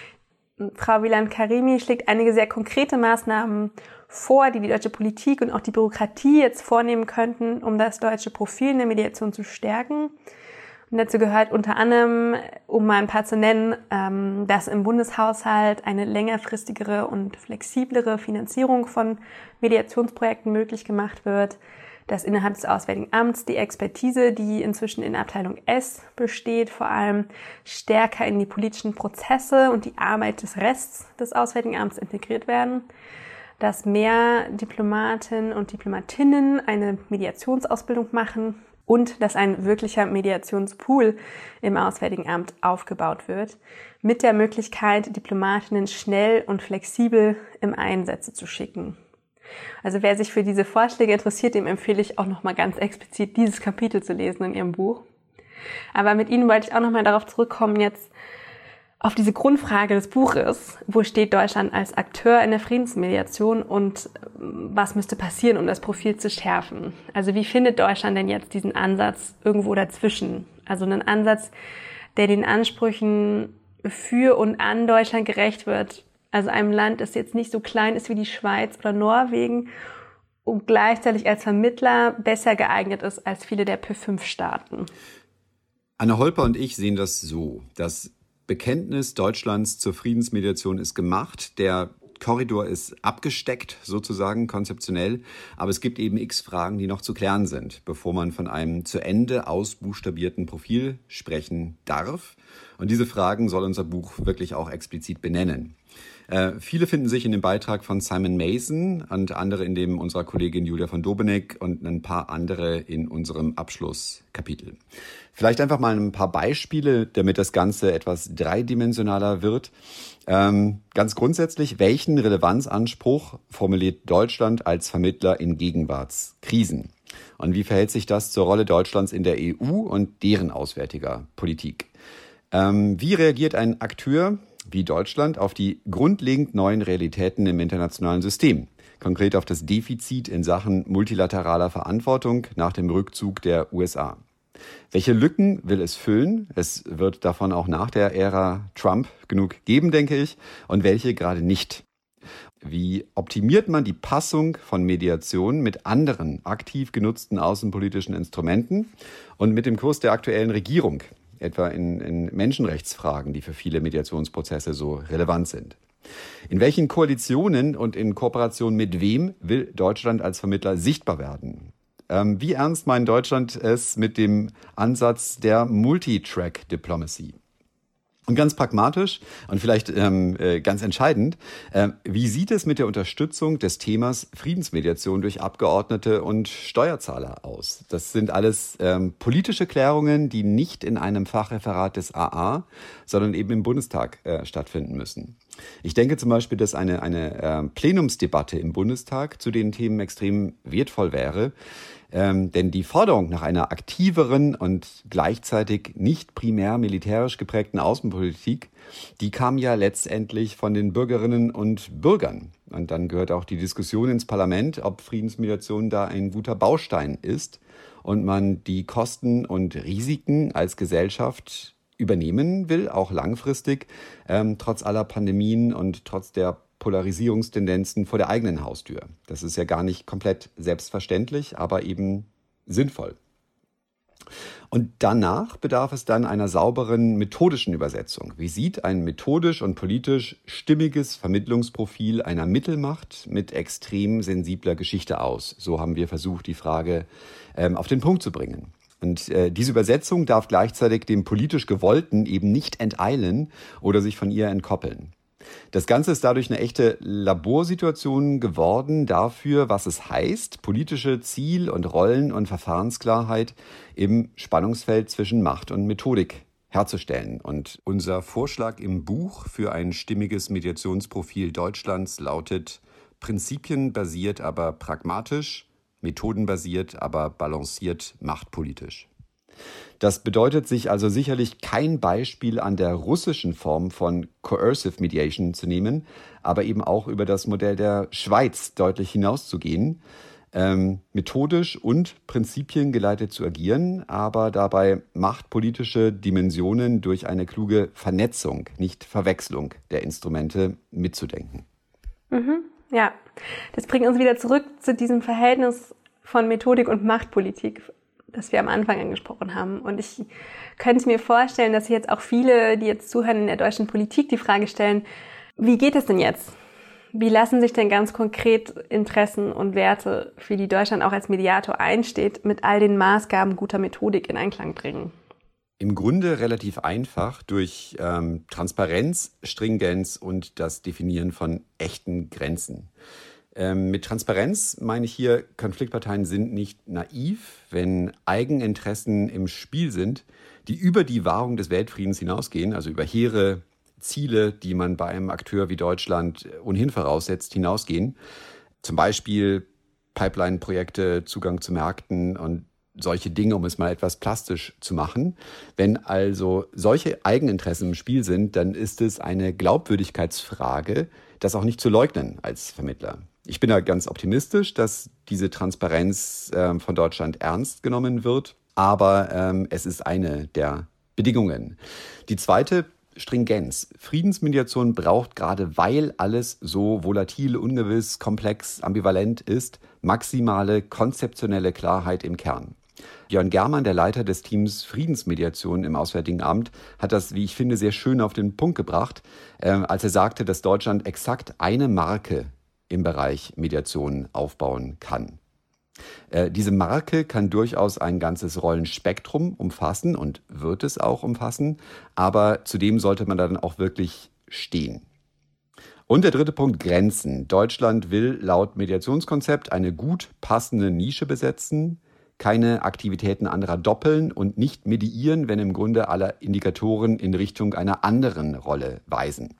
Frau Wieland-Karimi schlägt einige sehr konkrete Maßnahmen vor, die die deutsche Politik und auch die Bürokratie jetzt vornehmen könnten, um das deutsche Profil in der Mediation zu stärken. Und dazu gehört unter anderem, um mal ein paar zu nennen, dass im Bundeshaushalt eine längerfristigere und flexiblere Finanzierung von Mediationsprojekten möglich gemacht wird, dass innerhalb des Auswärtigen Amts die Expertise, die inzwischen in Abteilung S besteht, vor allem stärker in die politischen Prozesse und die Arbeit des Rests des Auswärtigen Amts integriert werden, dass mehr Diplomatinnen und Diplomatinnen eine Mediationsausbildung machen und dass ein wirklicher Mediationspool im Auswärtigen Amt aufgebaut wird, mit der Möglichkeit, Diplomatinnen schnell und flexibel im Einsätze zu schicken. Also wer sich für diese Vorschläge interessiert, dem empfehle ich auch nochmal ganz explizit dieses Kapitel zu lesen in Ihrem Buch. Aber mit Ihnen wollte ich auch nochmal darauf zurückkommen, jetzt auf diese Grundfrage des Buches. Wo steht Deutschland als Akteur in der Friedensmediation und was müsste passieren, um das Profil zu schärfen? Also wie findet Deutschland denn jetzt diesen Ansatz irgendwo dazwischen? Also einen Ansatz, der den Ansprüchen für und an Deutschland gerecht wird. Also einem Land, das jetzt nicht so klein ist wie die Schweiz oder Norwegen und gleichzeitig als Vermittler besser geeignet ist als viele der P fünf Staaten. Anne Holper und ich sehen das so. Das Bekenntnis Deutschlands zur Friedensmediation ist gemacht. Der Korridor ist abgesteckt, sozusagen konzeptionell. Aber es gibt eben x Fragen, die noch zu klären sind, bevor man von einem zu Ende ausbuchstabierten Profil sprechen darf. Und diese Fragen soll unser Buch wirklich auch explizit benennen. Äh, viele finden sich in dem Beitrag von Simon Mason und andere in dem unserer Kollegin Julia von Dobeneck und ein paar andere in unserem Abschlusskapitel. Vielleicht einfach mal ein paar Beispiele, damit das Ganze etwas dreidimensionaler wird. Ähm, ganz grundsätzlich, welchen Relevanzanspruch formuliert Deutschland als Vermittler in Gegenwartskrisen? Und wie verhält sich das zur Rolle Deutschlands in der E U und deren auswärtiger Politik? Ähm, wie reagiert ein Akteur wie Deutschland auf die grundlegend neuen Realitäten im internationalen System? Konkret auf das Defizit in Sachen multilateraler Verantwortung nach dem Rückzug der U S A. Welche Lücken will es füllen? Es wird davon auch nach der Ära Trump genug geben, denke ich. Und welche gerade nicht? Wie optimiert man die Passung von Mediation mit anderen aktiv genutzten außenpolitischen Instrumenten und mit dem Kurs der aktuellen Regierung, etwa in, in Menschenrechtsfragen, die für viele Mediationsprozesse so relevant sind? In welchen Koalitionen und in Kooperation mit wem will Deutschland als Vermittler sichtbar werden? Ähm, wie ernst meint Deutschland es mit dem Ansatz der Multitrack-Diplomacy? Und ganz pragmatisch und vielleicht ähm, äh, ganz entscheidend, äh, wie sieht es mit der Unterstützung des Themas Friedensmediation durch Abgeordnete und Steuerzahler aus? Das sind alles ähm, politische Klärungen, die nicht in einem Fachreferat des A A, sondern eben im Bundestag äh, stattfinden müssen. Ich denke zum Beispiel, dass eine, eine äh, Plenumsdebatte im Bundestag zu den Themen extrem wertvoll wäre. Ähm, denn die Forderung nach einer aktiveren und gleichzeitig nicht primär militärisch geprägten Außenpolitik, die kam ja letztendlich von den Bürgerinnen und Bürgern. Und dann gehört auch die Diskussion ins Parlament, ob Friedensmediation da ein guter Baustein ist und man die Kosten und Risiken als Gesellschaft übernehmen will, auch langfristig, ähm, trotz aller Pandemien und trotz der Polarisierungstendenzen vor der eigenen Haustür. Das ist ja gar nicht komplett selbstverständlich, aber eben sinnvoll. Und danach bedarf es dann einer sauberen methodischen Übersetzung. Wie sieht ein methodisch und politisch stimmiges Vermittlungsprofil einer Mittelmacht mit extrem sensibler Geschichte aus? So haben wir versucht, die Frage ähm, auf den Punkt zu bringen. Und äh, diese Übersetzung darf gleichzeitig dem politisch Gewollten eben nicht enteilen oder sich von ihr entkoppeln. Das Ganze ist dadurch eine echte Laborsituation geworden dafür, was es heißt, politische Ziel- und Rollen- und Verfahrensklarheit im Spannungsfeld zwischen Macht und Methodik herzustellen. Und unser Vorschlag im Buch für ein stimmiges Mediationsprofil Deutschlands lautet: prinzipienbasiert, aber pragmatisch, methodenbasiert, aber balanciert machtpolitisch. Das bedeutet, sich also sicherlich kein Beispiel an der russischen Form von Coercive Mediation zu nehmen, aber eben auch über das Modell der Schweiz deutlich hinauszugehen, ähm, methodisch und prinzipiengeleitet zu agieren, aber dabei machtpolitische Dimensionen durch eine kluge Vernetzung, nicht Verwechslung der Instrumente mitzudenken. Mhm, ja, das bringt uns wieder zurück zu diesem Verhältnis von Methodik und Machtpolitik, das wir am Anfang angesprochen haben. Und ich könnte mir vorstellen, dass jetzt auch viele, die jetzt zuhören in der deutschen Politik, die Frage stellen, wie geht es denn jetzt? Wie lassen sich denn ganz konkret Interessen und Werte, für die Deutschland auch als Mediator einsteht, mit all den Maßgaben guter Methodik in Einklang bringen? Im Grunde relativ einfach durch ähm, Transparenz, Stringenz und das Definieren von echten Grenzen. Ähm, mit Transparenz meine ich hier, Konfliktparteien sind nicht naiv, wenn Eigeninteressen im Spiel sind, die über die Wahrung des Weltfriedens hinausgehen, also über hehre Ziele, die man bei einem Akteur wie Deutschland ohnehin voraussetzt, hinausgehen. Zum Beispiel Pipeline-Projekte, Zugang zu Märkten und solche Dinge, um es mal etwas plastisch zu machen. Wenn also solche Eigeninteressen im Spiel sind, dann ist es eine Glaubwürdigkeitsfrage, das auch nicht zu leugnen als Vermittler. Ich bin da ganz optimistisch, dass diese Transparenz äh, von Deutschland ernst genommen wird, aber ähm, es ist eine der Bedingungen. Die zweite, Stringenz. Friedensmediation braucht, gerade weil alles so volatil, ungewiss, komplex, ambivalent ist, maximale konzeptionelle Klarheit im Kern. Jörn Germann, der Leiter des Teams Friedensmediation im Auswärtigen Amt, hat das, wie ich finde, sehr schön auf den Punkt gebracht, äh, als er sagte, dass Deutschland exakt eine Marke im Bereich Mediation aufbauen kann. Äh, diese Marke kann durchaus ein ganzes Rollenspektrum umfassen und wird es auch umfassen, aber zudem sollte man dann auch wirklich stehen. Und der dritte Punkt, Grenzen. Deutschland will laut Mediationskonzept eine gut passende Nische besetzen, keine Aktivitäten anderer doppeln und nicht mediieren, wenn im Grunde alle Indikatoren in Richtung einer anderen Rolle weisen.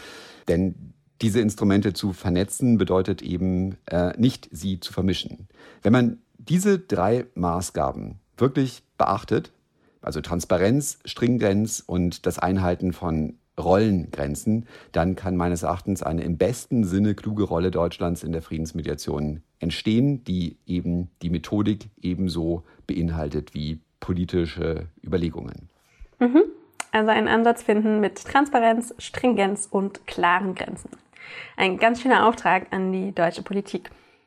Denn diese Instrumente zu vernetzen bedeutet eben äh, nicht, sie zu vermischen. Wenn man diese drei Maßgaben wirklich beachtet, also Transparenz, Stringenz und das Einhalten von Rollengrenzen, dann kann meines Erachtens eine im besten Sinne kluge Rolle Deutschlands in der Friedensmediation entstehen, die eben die Methodik ebenso beinhaltet wie politische Überlegungen. Mhm. Also einen Ansatz finden mit Transparenz, Stringenz und klaren Grenzen. Ein ganz schöner Auftrag an die deutsche Politik.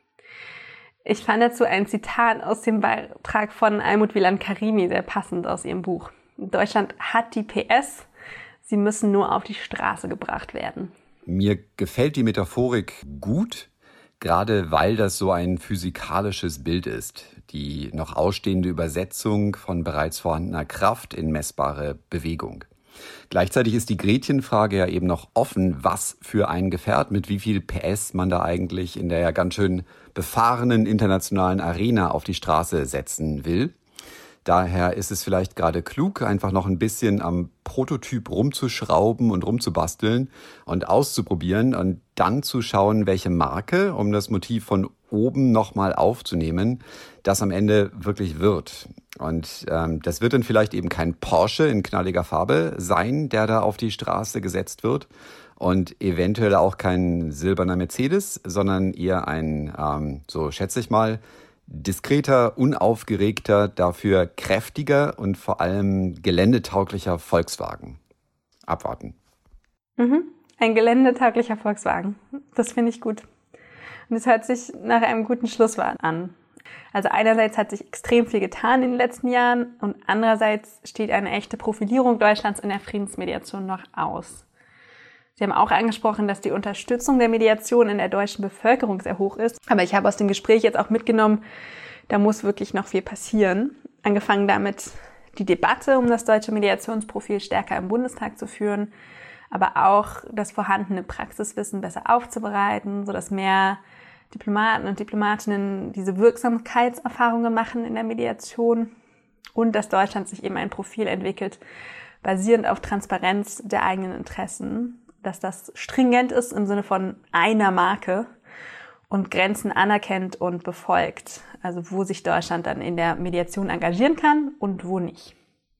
Ich fand dazu ein Zitat aus dem Beitrag von Almut Wieland-Karimi sehr passend aus ihrem Buch. Deutschland hat die P S, sie müssen nur auf die Straße gebracht werden. Mir gefällt die Metaphorik gut, gerade weil das so ein physikalisches Bild ist. Die noch ausstehende Übersetzung von bereits vorhandener Kraft in messbare Bewegung. Gleichzeitig ist die Gretchenfrage ja eben noch offen, was für ein Gefährt, mit wie viel P S man da eigentlich in der ja ganz schön befahrenen internationalen Arena auf die Straße setzen will. Daher ist es vielleicht gerade klug, einfach noch ein bisschen am Prototyp rumzuschrauben und rumzubasteln und auszuprobieren und dann zu schauen, welche Marke, um das Motiv von oben nochmal aufzunehmen, das am Ende wirklich wird. Und ähm, das wird dann vielleicht eben kein Porsche in knalliger Farbe sein, der da auf die Straße gesetzt wird und eventuell auch kein silberner Mercedes, sondern eher ein, ähm, so schätze ich mal, diskreter, unaufgeregter, dafür kräftiger und vor allem geländetauglicher Volkswagen. Abwarten. Mhm. Ein geländetauglicher Volkswagen. Das finde ich gut. Und es hört sich nach einem guten Schlusswort an. Also einerseits hat sich extrem viel getan in den letzten Jahren und andererseits steht eine echte Profilierung Deutschlands in der Friedensmediation noch aus. Sie haben auch angesprochen, dass die Unterstützung der Mediation in der deutschen Bevölkerung sehr hoch ist. Aber ich habe aus dem Gespräch jetzt auch mitgenommen, da muss wirklich noch viel passieren. Angefangen damit, die Debatte um das deutsche Mediationsprofil stärker im Bundestag zu führen, aber auch das vorhandene Praxiswissen besser aufzubereiten, sodass mehr Diplomaten und Diplomatinnen diese Wirksamkeitserfahrungen machen in der Mediation und dass Deutschland sich eben ein Profil entwickelt, basierend auf Transparenz der eigenen Interessen, dass das stringent ist im Sinne von einer Marke und Grenzen anerkennt und befolgt, also wo sich Deutschland dann in der Mediation engagieren kann und wo nicht.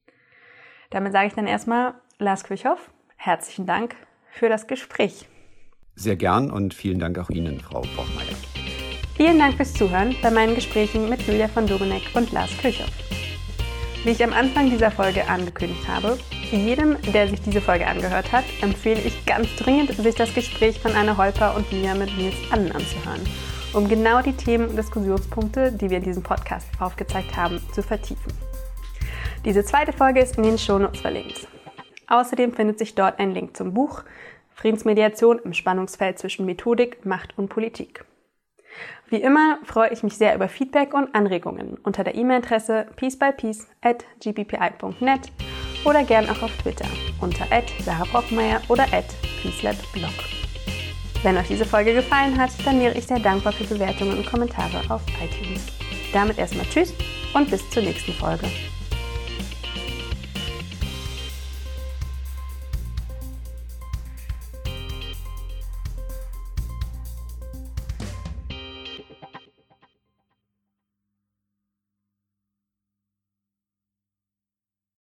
Damit sage ich dann erstmal, Lars Kirchhoff, herzlichen Dank für das Gespräch. Sehr gern und vielen Dank auch Ihnen, Frau Brockmeier. Vielen Dank fürs Zuhören bei meinen Gesprächen mit Julia von Dobeneck und Lars Kirchhoff. Wie ich am Anfang dieser Folge angekündigt habe, jedem, der sich diese Folge angehört hat, empfehle ich ganz dringend, sich das Gespräch von Anne Holper und mir mit Nils Annen anzuhören, um genau die Themen und Diskussionspunkte, die wir in diesem Podcast aufgezeigt haben, zu vertiefen. Diese zweite Folge ist in den Shownotes verlinkt. Außerdem findet sich dort ein Link zum Buch Friedensmediation im Spannungsfeld zwischen Methodik, Macht und Politik. Wie immer freue ich mich sehr über Feedback und Anregungen unter der E-Mail-Adresse piecebypiece at g b p i punkt net oder gern auch auf Twitter unter at sarah brockmeier oder at peacelabblog. Wenn euch diese Folge gefallen hat, dann wäre ich sehr dankbar für Bewertungen und Kommentare auf iTunes. Damit erstmal Tschüss und bis zur nächsten Folge.